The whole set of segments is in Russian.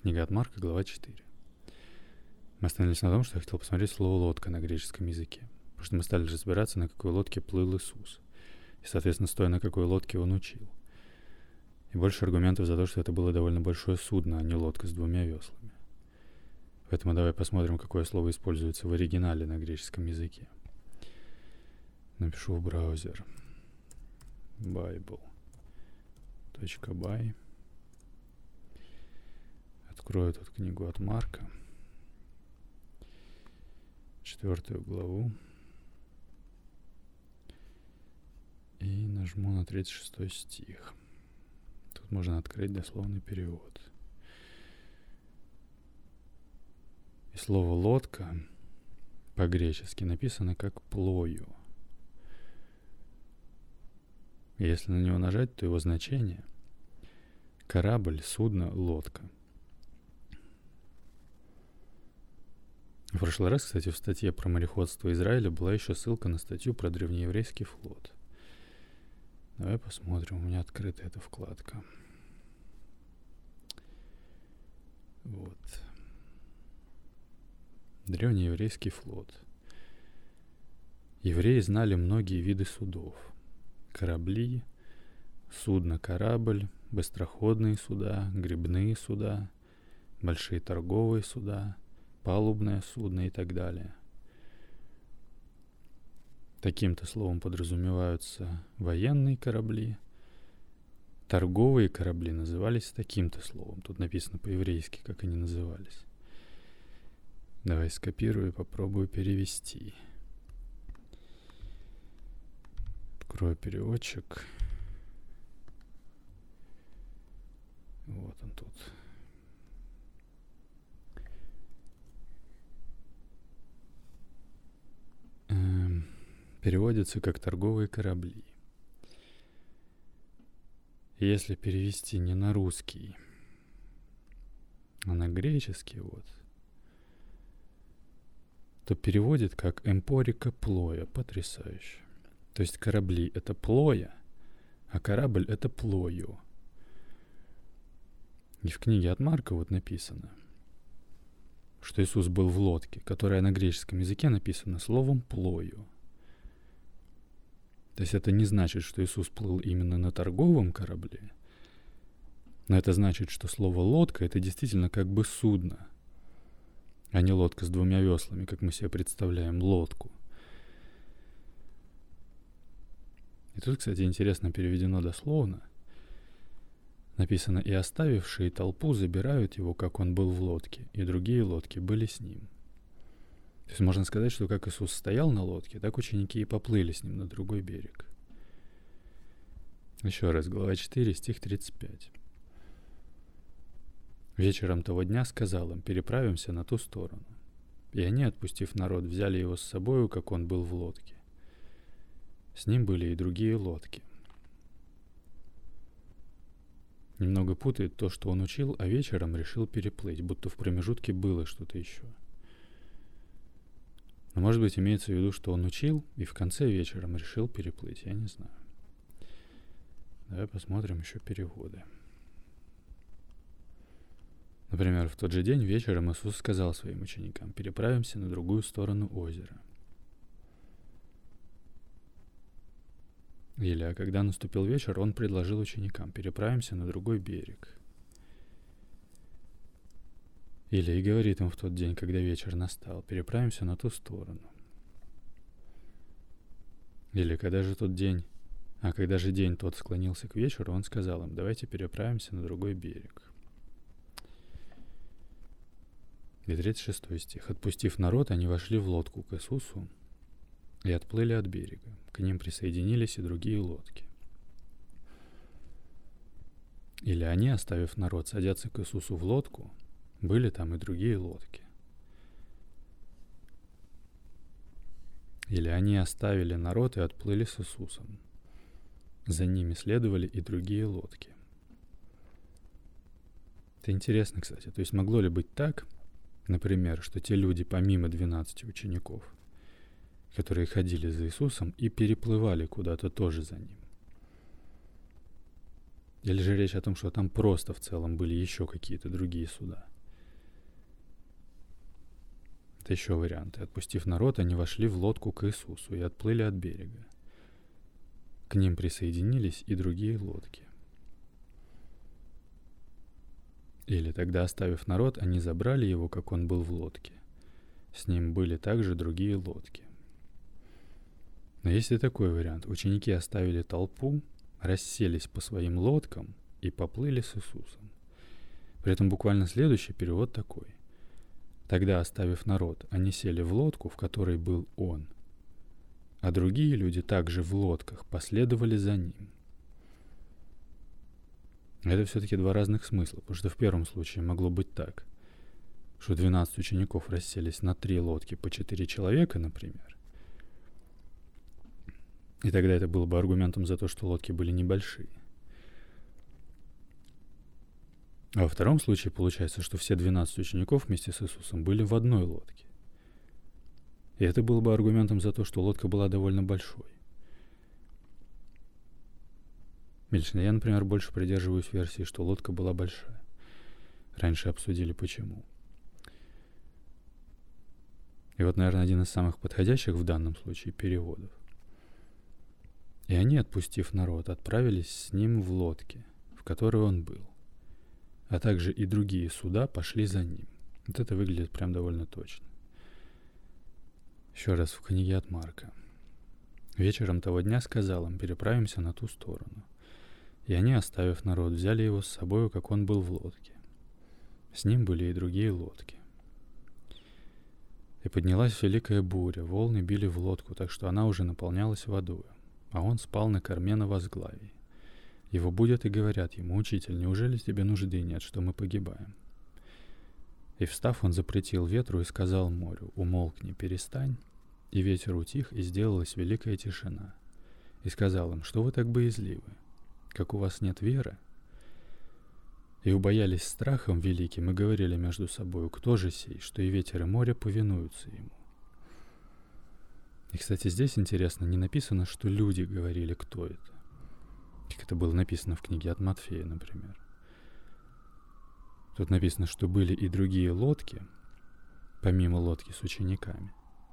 Книга от Марка, глава 4. Мы остановились на том, что я хотел посмотреть слово «лодка» на греческом языке. Потому что мы стали разбираться, на какой лодке плыл Иисус. И, соответственно, стоя на какой лодке Он учил. И больше аргументов за то, что это было довольно большое судно, а не лодка с двумя веслами. Поэтому давай посмотрим, какое слово используется в оригинале на греческом языке. Напишу в браузер bible.by. Открою тут книгу от Марка, 4 главу, и нажму на 36 стих. Тут можно открыть дословный перевод. И слово «лодка» по-гречески написано как «плою». И если на него нажать, то его значение — корабль, судно, лодка. В прошлый раз, кстати, в статье про мореходство Израиля была еще ссылка на статью про древнееврейский флот. Давай посмотрим, у меня открыта эта вкладка. Вот. Древнееврейский флот. Евреи знали многие виды судов. Корабли, судно-корабль, быстроходные суда, гребные суда, большие торговые суда, палубное судно и так далее. Таким-то словом подразумеваются военные корабли. Торговые корабли назывались таким-то словом. Тут написано по-еврейски, как они назывались. Давай скопирую и попробую перевести. Открою переводчик. Вот он тут. Переводится как торговые корабли. Если перевести не на русский, а на греческий, вот, то переводит как «эмпорика плоя». Потрясающе. То есть корабли — это плоя, а корабль — это плою. И в книге от Марка вот написано, что Иисус был в лодке, которая на греческом языке написана словом «плою». То есть это не значит, что Иисус плыл именно на торговом корабле, но это значит, что слово «лодка» — это действительно как бы судно, а не лодка с двумя веслами, как мы себе представляем лодку. И тут, кстати, интересно переведено дословно. Написано: «И оставившие толпу забирают его, как он был в лодке, и другие лодки были с ним». То есть можно сказать, что как Иисус стоял на лодке, так ученики и поплыли с ним на другой берег. Еще раз, глава 4, стих 35. «Вечером того дня сказал им: переправимся на ту сторону. И они, отпустив народ, взяли его с собою, как он был в лодке. С ним были и другие лодки». Немного путает то, что он учил, а вечером решил переплыть, будто в промежутке было что-то еще. Но, может быть, имеется в виду, что он учил и в конце вечером решил переплыть, я не знаю. Давай посмотрим еще переводы. Например, в тот же день вечером Иисус сказал своим ученикам: переправимся на другую сторону озера. Или, а когда наступил вечер, он предложил ученикам: переправимся на другой берег. Или и говорит им в тот день, когда вечер настал: переправимся на ту сторону. Или когда же день тот склонился к вечеру, он сказал им: давайте переправимся на другой берег. И 36 стих. «Отпустив народ, они вошли в лодку к Иисусу и отплыли от берега. К ним присоединились и другие лодки». Или они, оставив народ, садятся к Иисусу в лодку, были там и другие лодки. Или они оставили народ и отплыли с Иисусом. За ними следовали и другие лодки. Это интересно, кстати. То есть могло ли быть так, например, что те люди, помимо 12 учеников, которые ходили за Иисусом и переплывали куда-то тоже за ним, Или же речь о том, что там просто в целом были еще какие-то другие суда? Это еще варианты. Отпустив народ, они вошли в лодку к Иисусу и отплыли от берега. К ним присоединились и другие лодки. Или тогда, оставив народ, они забрали его, как он был в лодке. С ним были также другие лодки. Но есть и такой вариант. Ученики оставили толпу, расселись по своим лодкам и поплыли с Иисусом. При этом буквально следующий перевод такой. Тогда, оставив народ, они сели в лодку, в которой был он, а другие люди также в лодках последовали за ним. Это все-таки два разных смысла, потому что в первом случае могло быть так, что 12 учеников расселись на 3 лодки по 4 человека, например, и тогда это было бы аргументом за то, что лодки были небольшие. А во втором случае получается, что все 12 учеников вместе с Иисусом были в одной лодке. И это было бы аргументом за то, что лодка была довольно большой. Лично я, например, больше придерживаюсь версии, что лодка была большая. Раньше обсудили почему. И вот, наверное, один из самых подходящих в данном случае переводов. И они, отпустив народ, отправились с ним в лодке, в которой он был. А также и другие суда пошли за ним. Вот это выглядит прям довольно точно. Еще раз в книге от Марка. Вечером того дня сказал им: переправимся на ту сторону. И они, оставив народ, взяли его с собою, как он был в лодке. С ним были и другие лодки. И поднялась великая буря, волны били в лодку, так что она уже наполнялась водой, а он спал на корме на возглавии. Его будят и говорят ему: «Учитель, неужели тебе нужды нет, что мы погибаем?» И встав, он запретил ветру и сказал морю: «Умолкни, перестань». И ветер утих, и сделалась великая тишина. И сказал им: «Что вы так боязливы? Как у вас нет веры?» И убоялись страхом великим и говорили между собою: «Кто же сей, что и ветер и море повинуются ему?» И, кстати, здесь интересно, не написано, что люди говорили, кто это. Как это было написано в книге от Матфея, например. Тут написано, что были и другие лодки, помимо лодки с учениками.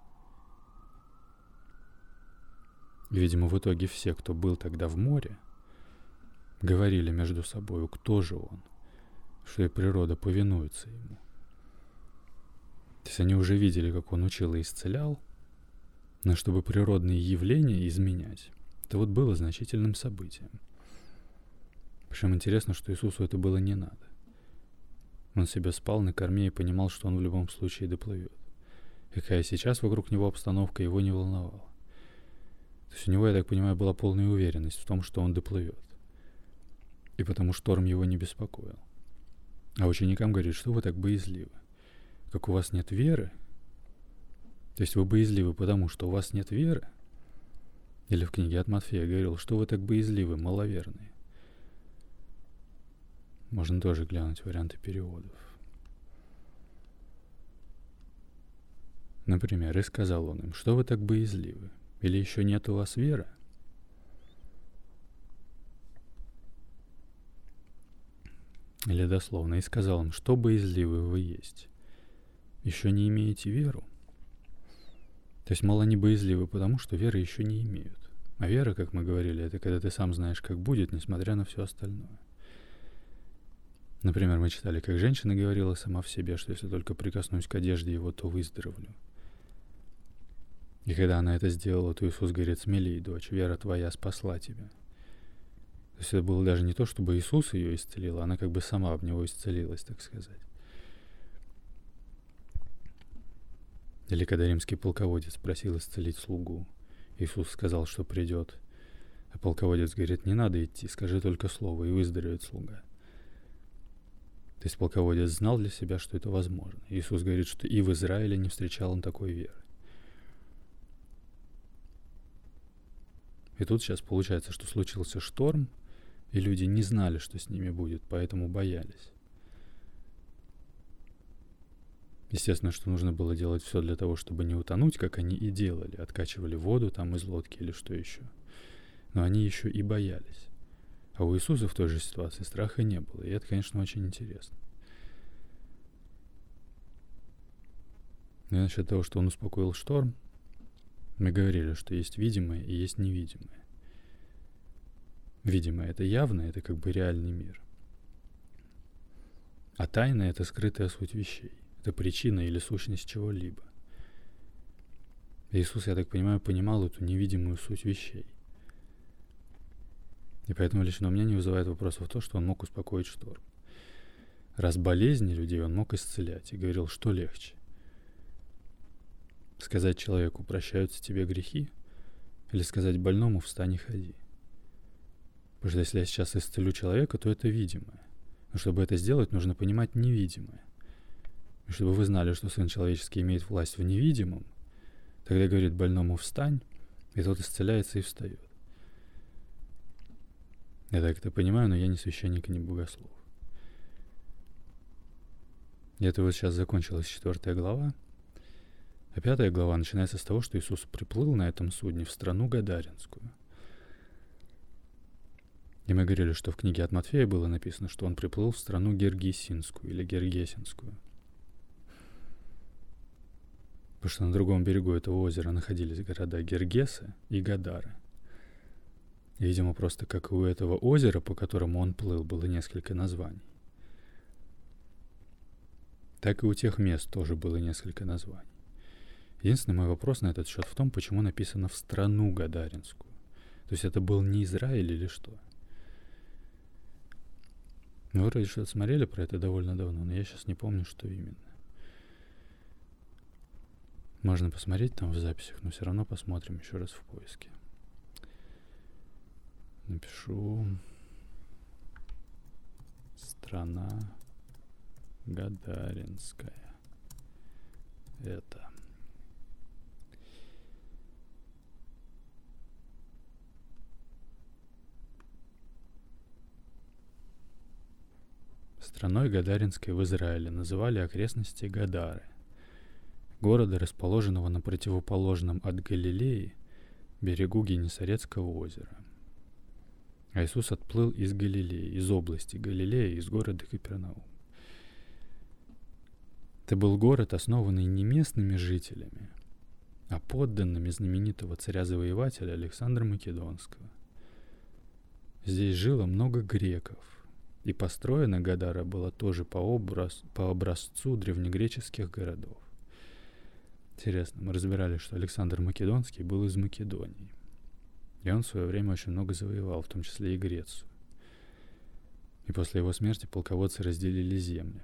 И, видимо, в итоге все, кто был тогда в море, говорили между собой, кто же он, что и природа повинуется ему. То есть они уже видели, как он учил и исцелял, но чтобы природные явления изменять, это вот было значительным событием. Причем интересно, что Иисусу это было не надо. Он себе спал на корме и понимал, что он в любом случае доплывет. Какая сейчас вокруг него обстановка, его не волновала. То есть у него, я так понимаю, была полная уверенность в том, что он доплывет. И потому шторм его не беспокоил. А ученикам говорит: что вы так боязливы? Как у вас нет веры? То есть вы боязливы, потому что у вас нет веры? Или в книге от Матфея говорил: что вы так боязливы, маловерные? Можно тоже глянуть варианты переводов. Например, и сказал он им: что вы так боязливы? Или еще нет у вас веры? Или дословно: и сказал им: что боязливы вы есть? Еще не имеете веру? То есть, мол, они боязливы, потому что веры еще не имеют. А вера, как мы говорили, это когда ты сам знаешь, как будет, несмотря на все остальное. Например, мы читали, как женщина говорила сама в себе, что если только прикоснусь к одежде его, то выздоровлю. И когда она это сделала, то Иисус говорит: смелей, дочь, вера твоя спасла тебя. То есть это было даже не то, чтобы Иисус ее исцелил, она как бы сама об него исцелилась, так сказать. Или когда римский полководец просил исцелить слугу, Иисус сказал, что придет. А полководец говорит: не надо идти, скажи только слово, и выздоровеет слуга. То есть полководец знал для себя, что это возможно. Иисус говорит, что и в Израиле не встречал он такой веры. И тут сейчас получается, что случился шторм, и люди не знали, что с ними будет, поэтому боялись. Естественно, что нужно было делать все для того, чтобы не утонуть, как они и делали. Откачивали воду там из лодки или что еще. Но они еще и боялись. А у Иисуса в той же ситуации страха не было. И это, конечно, очень интересно. И насчет того, что он успокоил шторм, мы говорили, что есть видимое и есть невидимое. Видимое — это явное, это как бы реальный мир. А тайное — это скрытая суть вещей. Это причина или сущность чего-либо. Иисус, я так понимаю, понимал эту невидимую суть вещей. И поэтому лично у меня не вызывает вопросов то, что он мог успокоить шторм. Раз болезни людей он мог исцелять и говорил, что легче. Сказать человеку: прощаются тебе грехи, или сказать больному: встань и ходи. Потому что если я сейчас исцелю человека, то это видимое. Но чтобы это сделать, нужно понимать невидимое. И чтобы вы знали, что Сын Человеческий имеет власть в невидимом, тогда говорит больному: встань, и тот исцеляется и встает. Я так это понимаю, но я не священник и не богослов. И это вот сейчас закончилась 4 глава. А 5 глава начинается с того, что Иисус приплыл на этом судне в страну Гадаринскую. И мы говорили, что в книге от Матфея было написано, что он приплыл в страну Гергесинскую или Гергесинскую. Потому что на другом берегу этого озера находились города Гергеса и Гадара. И, видимо, просто как и у этого озера, по которому он плыл, было несколько названий, так и у тех мест тоже было несколько названий. Единственный мой вопрос на этот счет в том, почему написано «в страну Гадаринскую». То есть это был не Израиль или что? Мы вроде что-то смотрели про это довольно давно, но я сейчас не помню, что именно. Можно посмотреть там в записях, но все равно посмотрим еще раз в поиске. Напишу «страна Гадаринская». Это. Страной Гадаринской в Израиле называли окрестности Гадары, города, расположенного на противоположном от Галилеи берегу Генесарецкого озера. А Иисус отплыл из Галилеи, из области Галилеи, из города Капернаум. Это был город, основанный не местными жителями, а подданными знаменитого царя-завоевателя Александра Македонского. Здесь жило много греков, и построена Гадара была тоже по образцу древнегреческих городов. Интересно, мы разбирали, что Александр Македонский был из Македонии. И он в свое время очень много завоевал, в том числе и Грецию. И после его смерти полководцы разделили земли.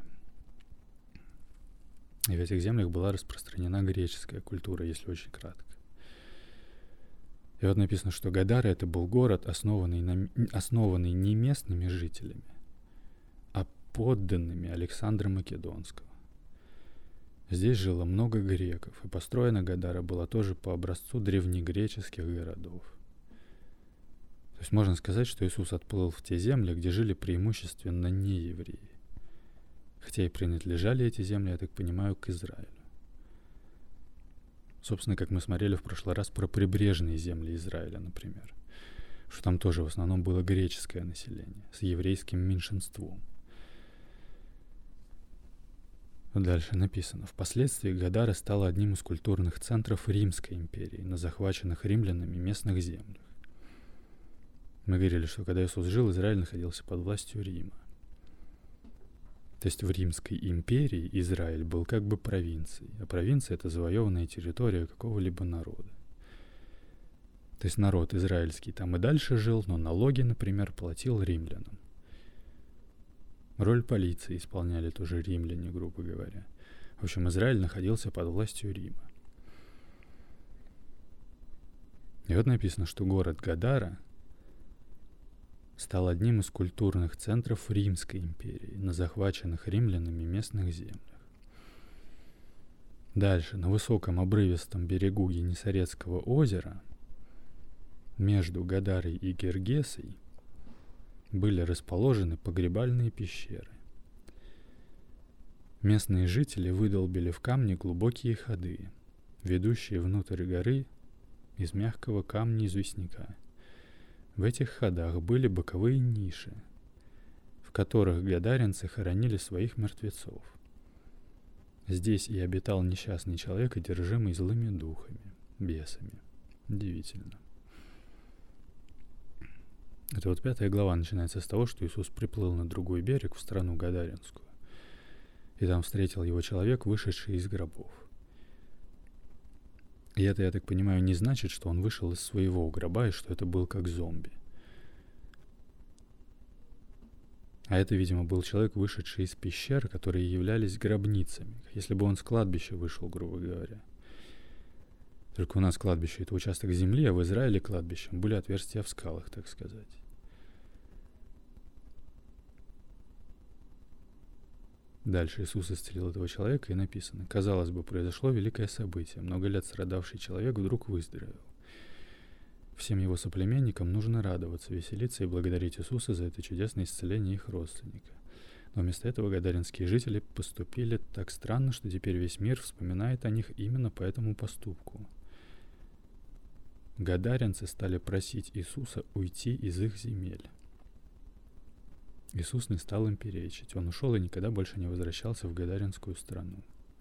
И в этих землях была распространена греческая культура, если очень кратко. И вот написано, что Гадара — это был город, основанный не местными жителями, а подданными Александра Македонского. Здесь жило много греков, и построена Гадара была тоже по образцу древнегреческих городов. То есть можно сказать, что Иисус отплыл в те земли, где жили преимущественно неевреи. Хотя и принадлежали эти земли, я так понимаю, к Израилю. Собственно, как мы смотрели в прошлый раз про прибрежные земли Израиля, например, что там тоже в основном было греческое население с еврейским меньшинством. Дальше написано: впоследствии Гадара стала одним из культурных центров Римской империи на захваченных римлянами местных землях. Мы говорили, что когда Иисус жил, Израиль находился под властью Рима. То есть в Римской империи Израиль был как бы провинцией, а провинция — это завоеванная территория какого-либо народа. То есть народ израильский там и дальше жил, но налоги, например, платил римлянам. Роль полиции исполняли тоже римляне, грубо говоря. В общем, Израиль находился под властью Рима. И вот написано, что город Гадара стал одним из культурных центров Римской империи на захваченных римлянами местных землях. Дальше, на высоком обрывистом берегу Генесарецкого озера, между Гадарой и Гергесой, были расположены погребальные пещеры. Местные жители выдолбили в камне глубокие ходы, ведущие внутрь горы из мягкого камня известняка. В этих ходах были боковые ниши, в которых гадаринцы хоронили своих мертвецов. Здесь и обитал несчастный человек, одержимый злыми духами, бесами. Удивительно. Это вот 5 глава начинается с того, что Иисус приплыл на другой берег, в страну Гадаринскую, и там встретил его человек, вышедший из гробов. И это, я так понимаю, не значит, что он вышел из своего гроба и что это был как зомби. А это, видимо, был человек, вышедший из пещер, которые являлись гробницами. Если бы он с кладбища вышел, грубо говоря. Только у нас кладбище — это участок земли, а в Израиле кладбищем были отверстия в скалах, так сказать. Дальше Иисус исцелил этого человека, и написано: «Казалось бы, произошло великое событие. Много лет страдавший человек вдруг выздоровел. Всем его соплеменникам нужно радоваться, веселиться и благодарить Иисуса за это чудесное исцеление их родственника. Но вместо этого гадаринские жители поступили так странно, что теперь весь мир вспоминает о них именно по этому поступку. Гадаринцы стали просить Иисуса уйти из их земель. Иисус не стал им перечить. Он ушел и никогда больше не возвращался в гадаринскую страну».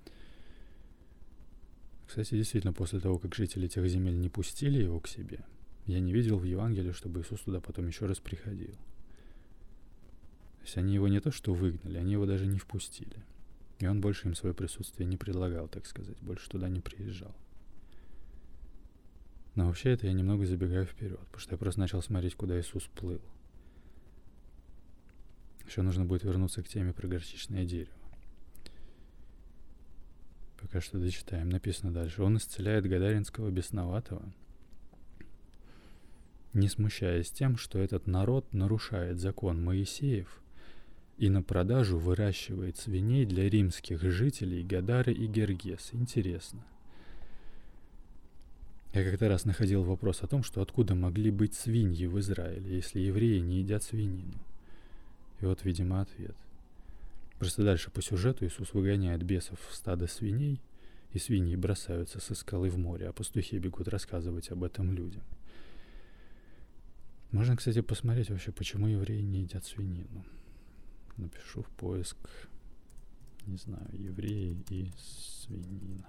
Кстати, действительно, после того, как жители тех земель не пустили его к себе, я не видел в Евангелии, чтобы Иисус туда потом еще раз приходил. То есть они его не то что выгнали, они его даже не впустили. И он больше им свое присутствие не предлагал, так сказать, больше туда не приезжал. Но вообще это я немного забегаю вперед, потому что я просто начал смотреть, куда Иисус плыл. Еще нужно будет вернуться к теме про горчичное дерево. Пока что дочитаем. Написано дальше. Он исцеляет гадаринского бесноватого, не смущаясь тем, что этот народ нарушает закон Моисеев и на продажу выращивает свиней для римских жителей Гадары и Гергес. Интересно. Я как-то раз находил вопрос о том, что откуда могли быть свиньи в Израиле, если евреи не едят свинину. И вот, видимо, ответ. Просто дальше по сюжету Иисус выгоняет бесов в стадо свиней, и свиньи бросаются со скалы в море, а пастухи бегут рассказывать об этом людям. Можно, кстати, посмотреть вообще, почему евреи не едят свинину. Напишу в поиск, не знаю, евреи и свинина.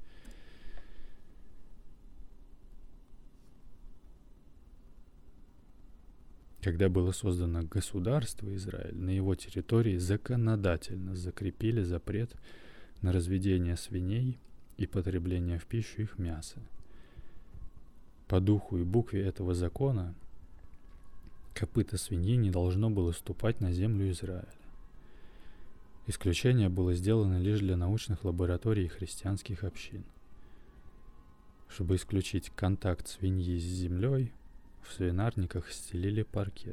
Когда было создано государство Израиль, на его территории законодательно закрепили запрет на разведение свиней и потребление в пищу их мяса. По духу и букве этого закона копыто свиньи не должно было ступать на землю Израиля. Исключение было сделано лишь для научных лабораторий и христианских общин. Чтобы исключить контакт свиньи с землей, в свинарниках стелили паркет.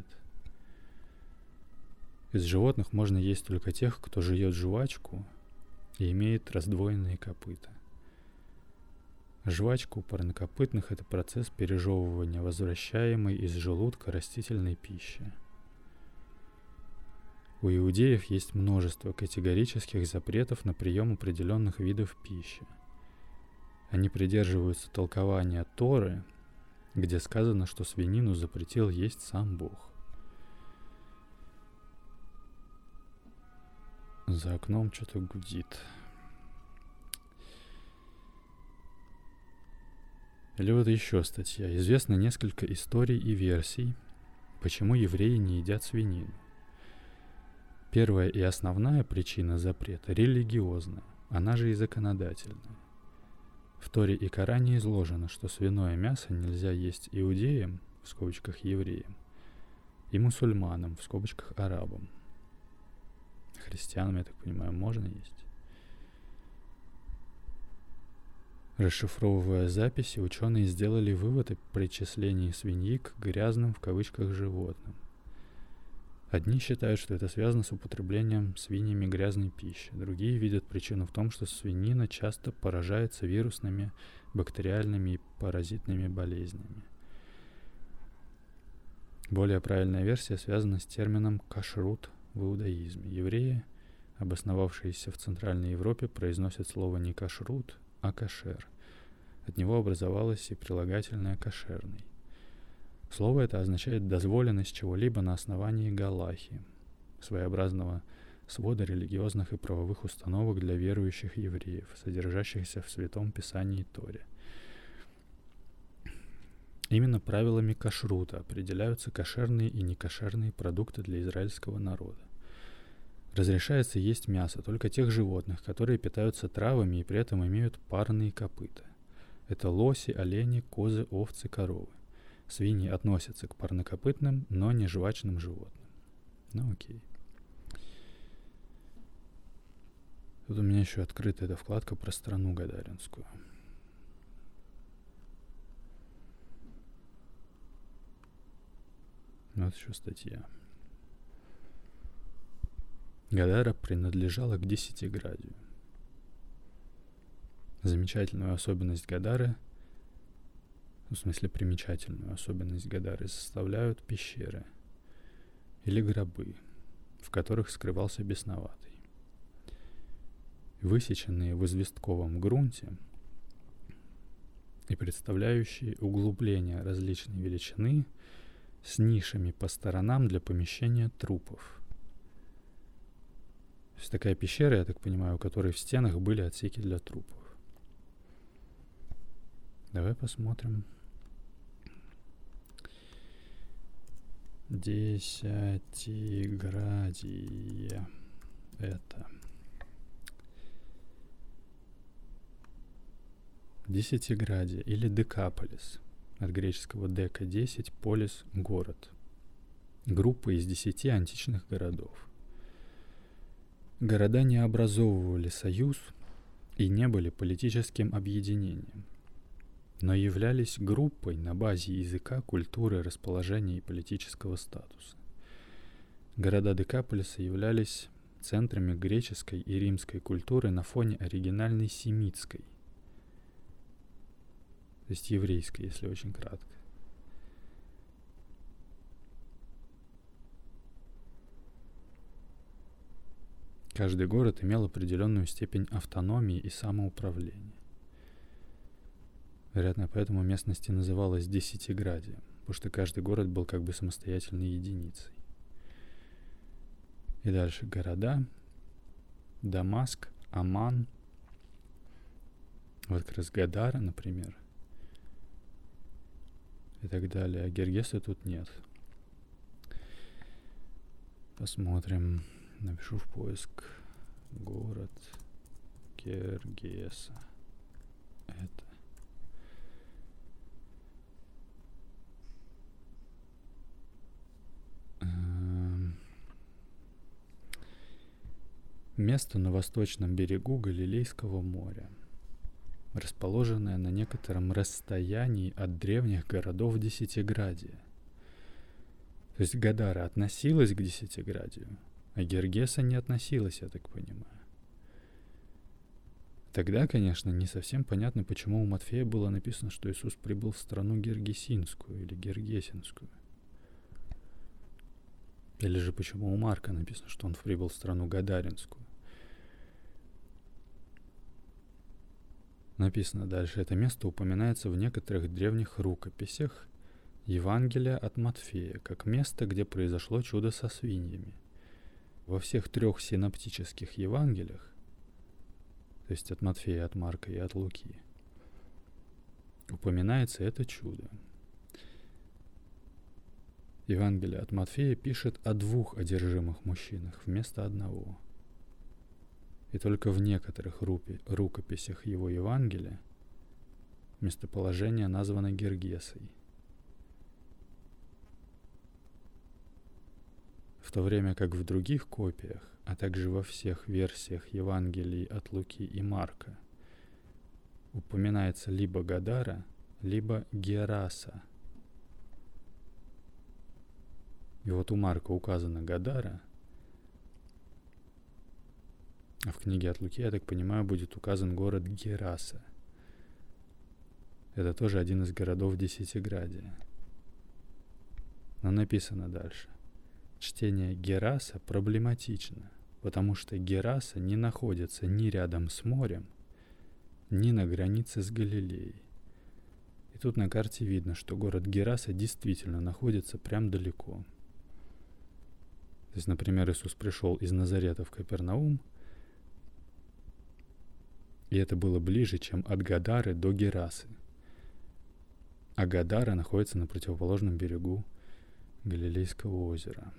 Из животных можно есть только тех, кто жует жвачку и имеет раздвоенные копыта. Жвачка у парнокопытных — это процесс пережевывания, возвращаемой из желудка растительной пищи. У иудеев есть множество категорических запретов на прием определенных видов пищи. Они придерживаются толкования Торы, где сказано, что свинину запретил есть сам Бог. За окном что-то гудит. Или вот еще статья. Известно несколько историй и версий, почему евреи не едят свинину. Первая и основная причина запрета — религиозная, она же и законодательная. В Торе и Коране изложено, что свиное мясо нельзя есть иудеям, в скобочках евреям, и мусульманам, в скобочках арабам. Христианам, я так понимаю, можно есть. Расшифровывая записи, ученые сделали вывод о причислении свиньи к грязным, в кавычках, животным. Одни считают, что это связано с употреблением свиньями грязной пищи. Другие видят причину в том, что свинина часто поражается вирусными, бактериальными и паразитными болезнями. Более правильная версия связана с термином «кашрут» в иудаизме. Евреи, обосновавшиеся в Центральной Европе, произносят слово не «кашрут», а «кашер». От него образовалось и прилагательное «кошерный». Слово это означает дозволенность чего-либо на основании галахи, своеобразного свода религиозных и правовых установок для верующих евреев, содержащихся в Святом Писании Торе. Именно правилами кашрута определяются кошерные и некошерные продукты для израильского народа. Разрешается есть мясо только тех животных, которые питаются травами и при этом имеют парные копыта. Это лоси, олени, козы, овцы, коровы. Свиньи относятся к парнокопытным, но не жвачным животным. Ну окей. Тут у меня еще открыта эта вкладка про страну Гадаринскую. Вот еще статья. Гадара принадлежала к Десятиградию. Замечательную особенность Гадары, в смысле примечательную особенность Гадары, составляют пещеры или гробы, в которых скрывался бесноватый. Высеченные в известковом грунте и представляющие углубления различной величины с нишами по сторонам для помещения трупов. То есть такая пещера, я так понимаю, у которой в стенах были отсеки для трупов. Давай посмотрим. Десятиградие. Это. Десятиградие или Декаполис. От греческого дека — 10, полис — город. Группа из 10 античных городов. Города не образовывали союз и не были политическим объединением, но являлись группой на базе языка, культуры, расположения и политического статуса. Города Декаполиса являлись центрами греческой и римской культуры на фоне оригинальной семитской, то есть еврейской, если очень кратко. Каждый город имел определенную степень автономии и самоуправления. Вероятно, поэтому местность и называлась Десятиградием, потому что каждый город был как бы самостоятельной единицей. И дальше города: Дамаск, Аман, вот как раз Гадара, например, и так далее. А Гергеса тут нет. Посмотрим. Напишу в поиск город Гергеса. Это. Место на восточном берегу Галилейского моря, расположенное на некотором расстоянии от древних городов Десятиградия. То есть Гадара относилась к Десятиградию, а Гергеса не относилась, я так понимаю. Тогда, конечно, не совсем понятно, почему у Матфея было написано, что Иисус прибыл в страну Гергесинскую или Гергесинскую. Или же почему у Марка написано, что он прибыл в страну Гадаринскую. Написано дальше: это место упоминается в некоторых древних рукописях Евангелия от Матфея, как место, где произошло чудо со свиньями. Во всех 3 синоптических Евангелиях, то есть от Матфея, от Марка и от Луки, упоминается это чудо. Евангелие от Матфея пишет о 2 одержимых мужчинах вместо одного. И только в некоторых рукописях его Евангелия местоположение названо Гергесой. В то время как в других копиях, а также во всех версиях Евангелий от Луки и Марка, упоминается либо Гадара, либо Гераса. И вот у Марка указана Гадара, а в книге от Луки, я так понимаю, будет указан город Гераса. Это тоже один из городов Десятиградия. Но написано дальше: чтение Гераса проблематично, потому что Гераса не находится ни рядом с морем, ни на границе с Галилеей. И тут на карте видно, что город Гераса действительно находится прям далеко. То есть, например, Иисус пришел из Назарета в Капернаум, и это было ближе, чем от Гадары до Герасы. А Гадара находится на противоположном берегу Галилейского озера.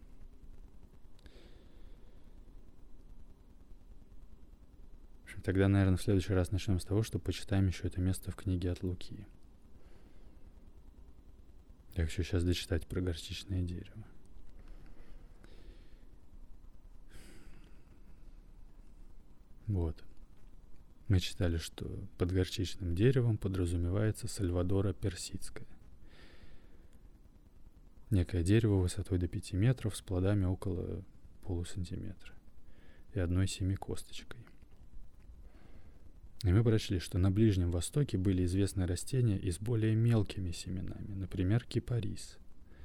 В общем, тогда, наверное, в следующий раз начнем с того, что почитаем еще это место в книге от Луки. Я хочу сейчас дочитать про горчичное дерево. Вот. Мы читали, что под горчичным деревом подразумевается Сальвадора персидская. Некое дерево высотой до 5 метров с плодами около полусантиметра и одной семикосточкой. И мы прочли, что на Ближнем Востоке были известны растения и с более мелкими семенами, например, кипарис.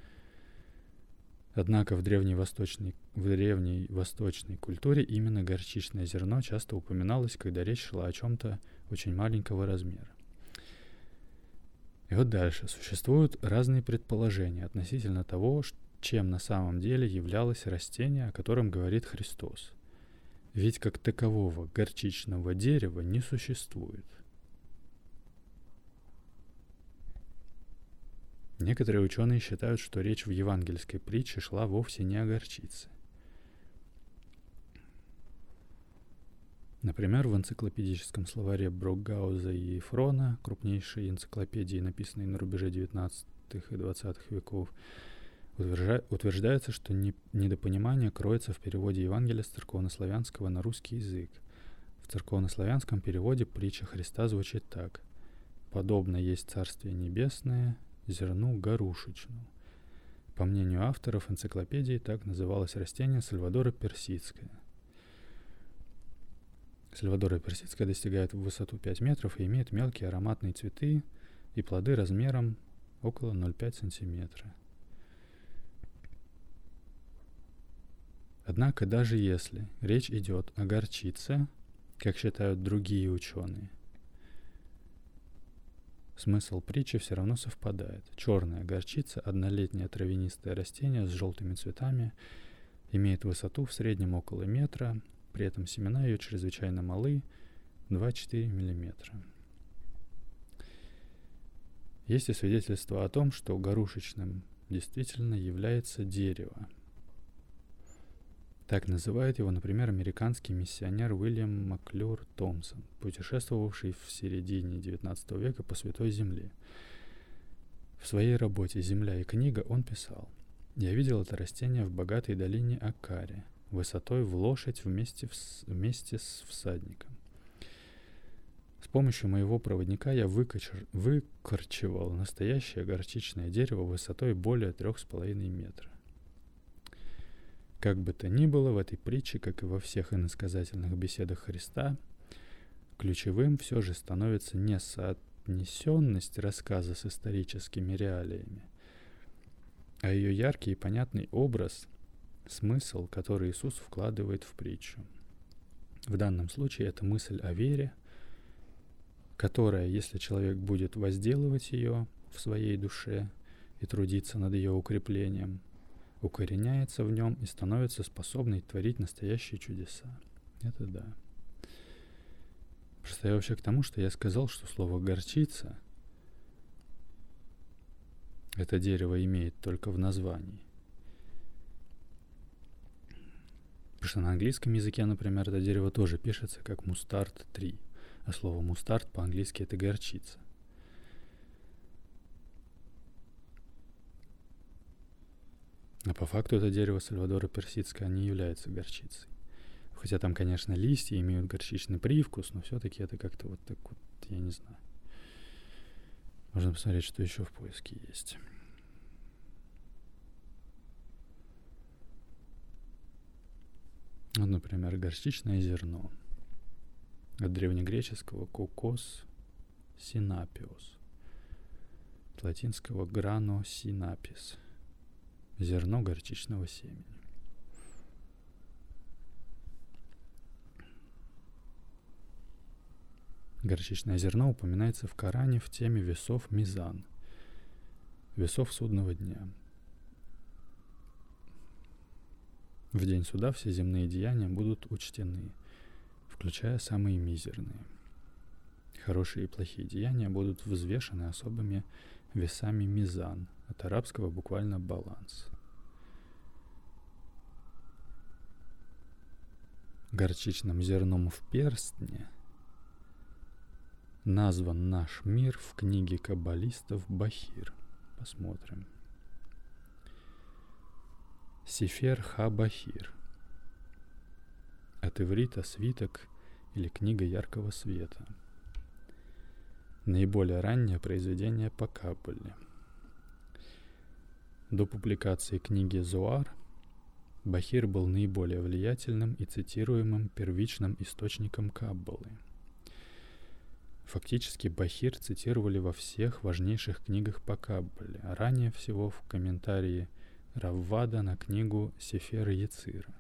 Однако в древней восточной культуре именно горчичное зерно часто упоминалось, когда речь шла о чем-то очень маленького размера. И вот дальше. Существуют разные предположения относительно того, чем на самом деле являлось растение, о котором говорит Христос. Ведь как такового горчичного дерева не существует. Некоторые ученые считают, что речь в евангельской притче шла вовсе не о горчице. Например, в энциклопедическом словаре Брокгауза и Ефрона, крупнейшей энциклопедии, написанной на рубеже XIX и XX веков, утверждается, что недопонимание кроется в переводе Евангелия с церковнославянского на русский язык. В церковнославянском переводе притча Христа звучит так: «Подобно есть Царствие Небесное зерну горушечному». По мнению авторов энциклопедии, так называлось растение Сальвадора персидское. Сальвадора персидская достигает в высоту 5 метров и имеет мелкие ароматные цветы и плоды размером около 0,5 сантиметра. Однако даже если речь идет о горчице, как считают другие ученые, смысл притчи все равно совпадает. Черная горчица, однолетнее травянистое растение с желтыми цветами, имеет высоту в среднем около метра, при этом семена ее чрезвычайно малы, 2-4 миллиметра. Есть и свидетельство о том, что горушечным действительно является дерево. Так называет его, например, американский миссионер Уильям Маклюр Томпсон, путешествовавший в середине XIX века по Святой Земле. В своей работе «Земля и книга» он писал: «Я видел это растение в богатой долине Акари, высотой в лошадь вместе с всадником. С помощью моего проводника я выкорчевал настоящее горчичное дерево высотой более 3,5 метра. Как бы то ни было, в этой притче, как и во всех иносказательных беседах Христа, ключевым все же становится не соотнесенность рассказа с историческими реалиями, а ее яркий и понятный образ, смысл, который Иисус вкладывает в притчу. В данном случае это мысль о вере, которая, если человек будет возделывать ее в своей душе и трудиться над ее укреплением, укореняется в нем и становится способной творить настоящие чудеса. Это да. Просто я вообще к тому, что я сказал, что слово «горчица» это дерево имеет только в названии. Потому что на английском языке, например, это дерево тоже пишется как мустард tree, а слово мустард по-английски это горчица. А по факту это дерево Сальвадора персидское не является горчицей. Хотя там, конечно, листья имеют горчичный привкус, но все-таки это как-то вот так вот, я не знаю. Можно посмотреть, что еще в поиске есть. Вот, например, горчичное зерно. От древнегреческого «кокос синапиос», от латинского «grano sinapis», зерно горчичного семени. Горчичное зерно упоминается в Коране в теме весов мизан, весов судного дня. В день суда все земные деяния будут учтены, включая самые мизерные. Хорошие и плохие деяния будут взвешены особыми весами мизан, от арабского буквально баланс. Горчичным зерном в перстне назван наш мир в книге каббалистов Бахир. Посмотрим. Сефер ха-Бахир. От иврита свиток или книга яркого света. Наиболее раннее произведение по Каббале. До публикации книги Зоар Бахир был наиболее влиятельным и цитируемым первичным источником Каббалы. Фактически Бахир цитировали во всех важнейших книгах по Каббале, а ранее всего в комментарии Раввада на книгу Сефер Яцира.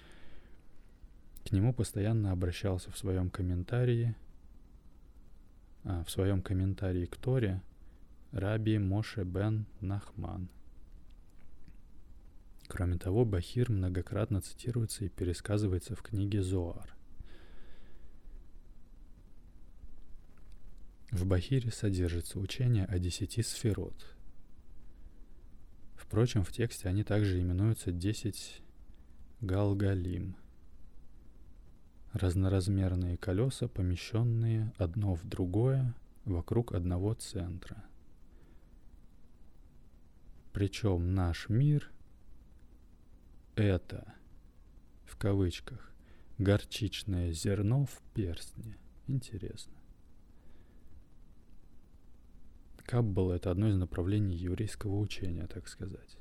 К нему постоянно обращался в своем комментарии к Торе Раби Моше бен Нахман. Кроме того, Бахир многократно цитируется и пересказывается в книге Зоар. В Бахире содержится учение о 10 сферот. Впрочем, в тексте они также именуются 10 галгалим. Разноразмерные колеса, помещенные одно в другое вокруг одного центра. Причем наш мир — это, в кавычках, горчичное зерно в перстне. Интересно. Каббала — это одно из направлений еврейского учения, так сказать.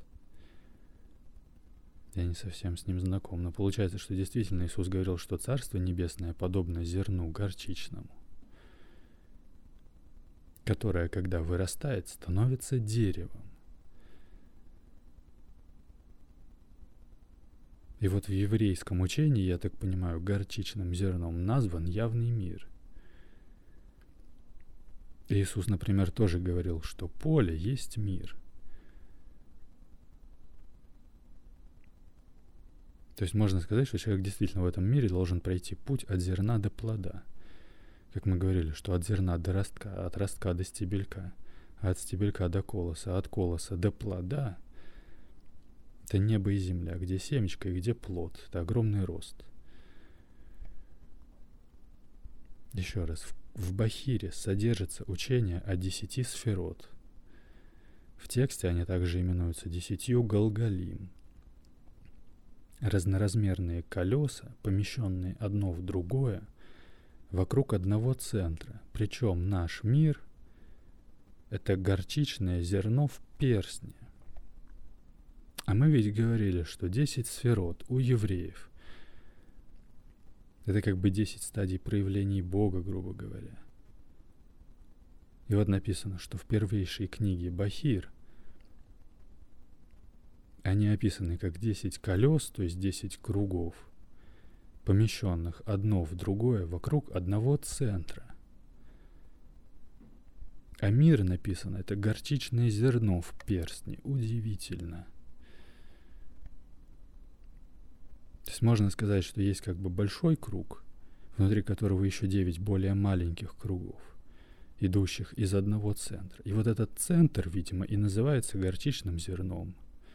Я не совсем с ним знаком, но получается, что действительно Иисус говорил, что Царство Небесное подобно зерну горчичному, которое, когда вырастает, становится деревом. И вот в еврейском учении, я так понимаю, горчичным зерном назван явный мир. Иисус, например, тоже говорил, что поле есть мир. То есть можно сказать, что человек действительно в этом мире должен пройти путь от зерна до плода. Как мы говорили, что от зерна до ростка, от ростка до стебелька, от стебелька до колоса, от колоса до плода — это небо и земля, где семечко и где плод. Это огромный рост. Еще раз, в Бахире содержится учение о 10 сферот. В тексте они также именуются 10 галгалим. Разноразмерные колеса, помещенные одно в другое, вокруг одного центра. Причем наш мир — это горчичное зерно в перстне. А мы ведь говорили, что 10 сферот у евреев — это как бы 10 стадий проявлений Бога, грубо говоря. И вот написано, что в первейшей книге Бахир они описаны как 10 колес, то есть 10 кругов, помещенных одно в другое вокруг одного центра. А мир написано — это горчичное зерно в перстне. Удивительно. То есть можно сказать, что есть как бы большой круг, внутри которого еще 9 более маленьких кругов, идущих из одного центра. И вот этот центр, видимо, и называется горчичным зерном.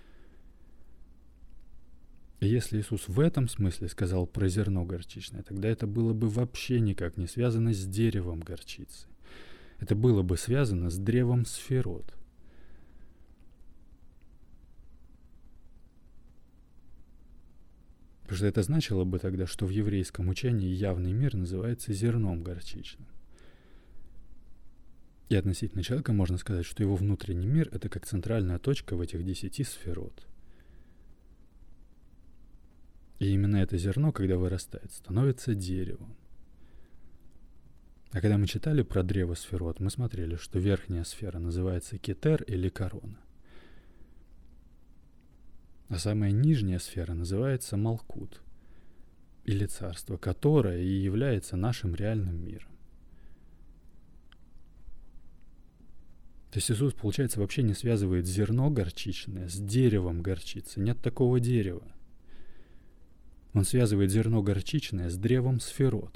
И если Иисус в этом смысле сказал про зерно горчичное, тогда это было бы вообще никак не связано с деревом горчицы. Это было бы связано с древом сферот. Потому что это значило бы тогда, что в еврейском учении явный мир называется зерном горчичным. И относительно человека можно сказать, что его внутренний мир — это как центральная точка в этих 10 сферот. И именно это зерно, когда вырастает, становится деревом. А когда мы читали про древо сферот, мы смотрели, что верхняя сфера называется кетер или корона. А самая нижняя сфера называется малкут, или царство, которое и является нашим реальным миром. То есть Иисус, получается, вообще не связывает зерно горчичное с деревом горчицы. Нет такого дерева. Он связывает зерно горчичное с древом сферот,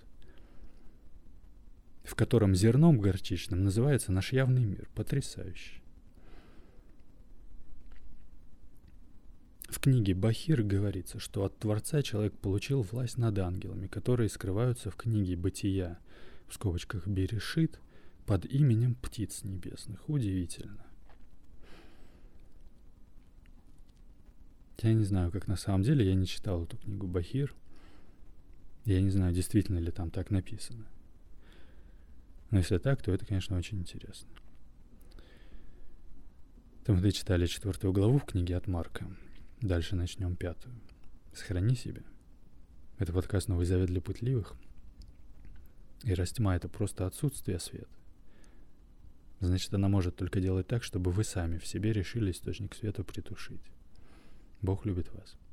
в котором зерном горчичным называется наш явный мир. Потрясающе. В книге Бахир говорится, что от Творца человек получил власть над ангелами, которые скрываются в книге Бытия, в скобочках Берешит, под именем птиц небесных. Удивительно. Я не знаю, как на самом деле, я не читал эту книгу Бахир. Я не знаю, действительно ли там так написано. Но если так, то это, конечно, очень интересно. Там мы читали 4 главу в книге от Марка. Дальше начнем 5. Сохрани себя. Это подкаст «Новый завет для пытливых». И растьма — это просто отсутствие света. Значит, она может только делать так, чтобы вы сами в себе решили источник света притушить. Бог любит вас.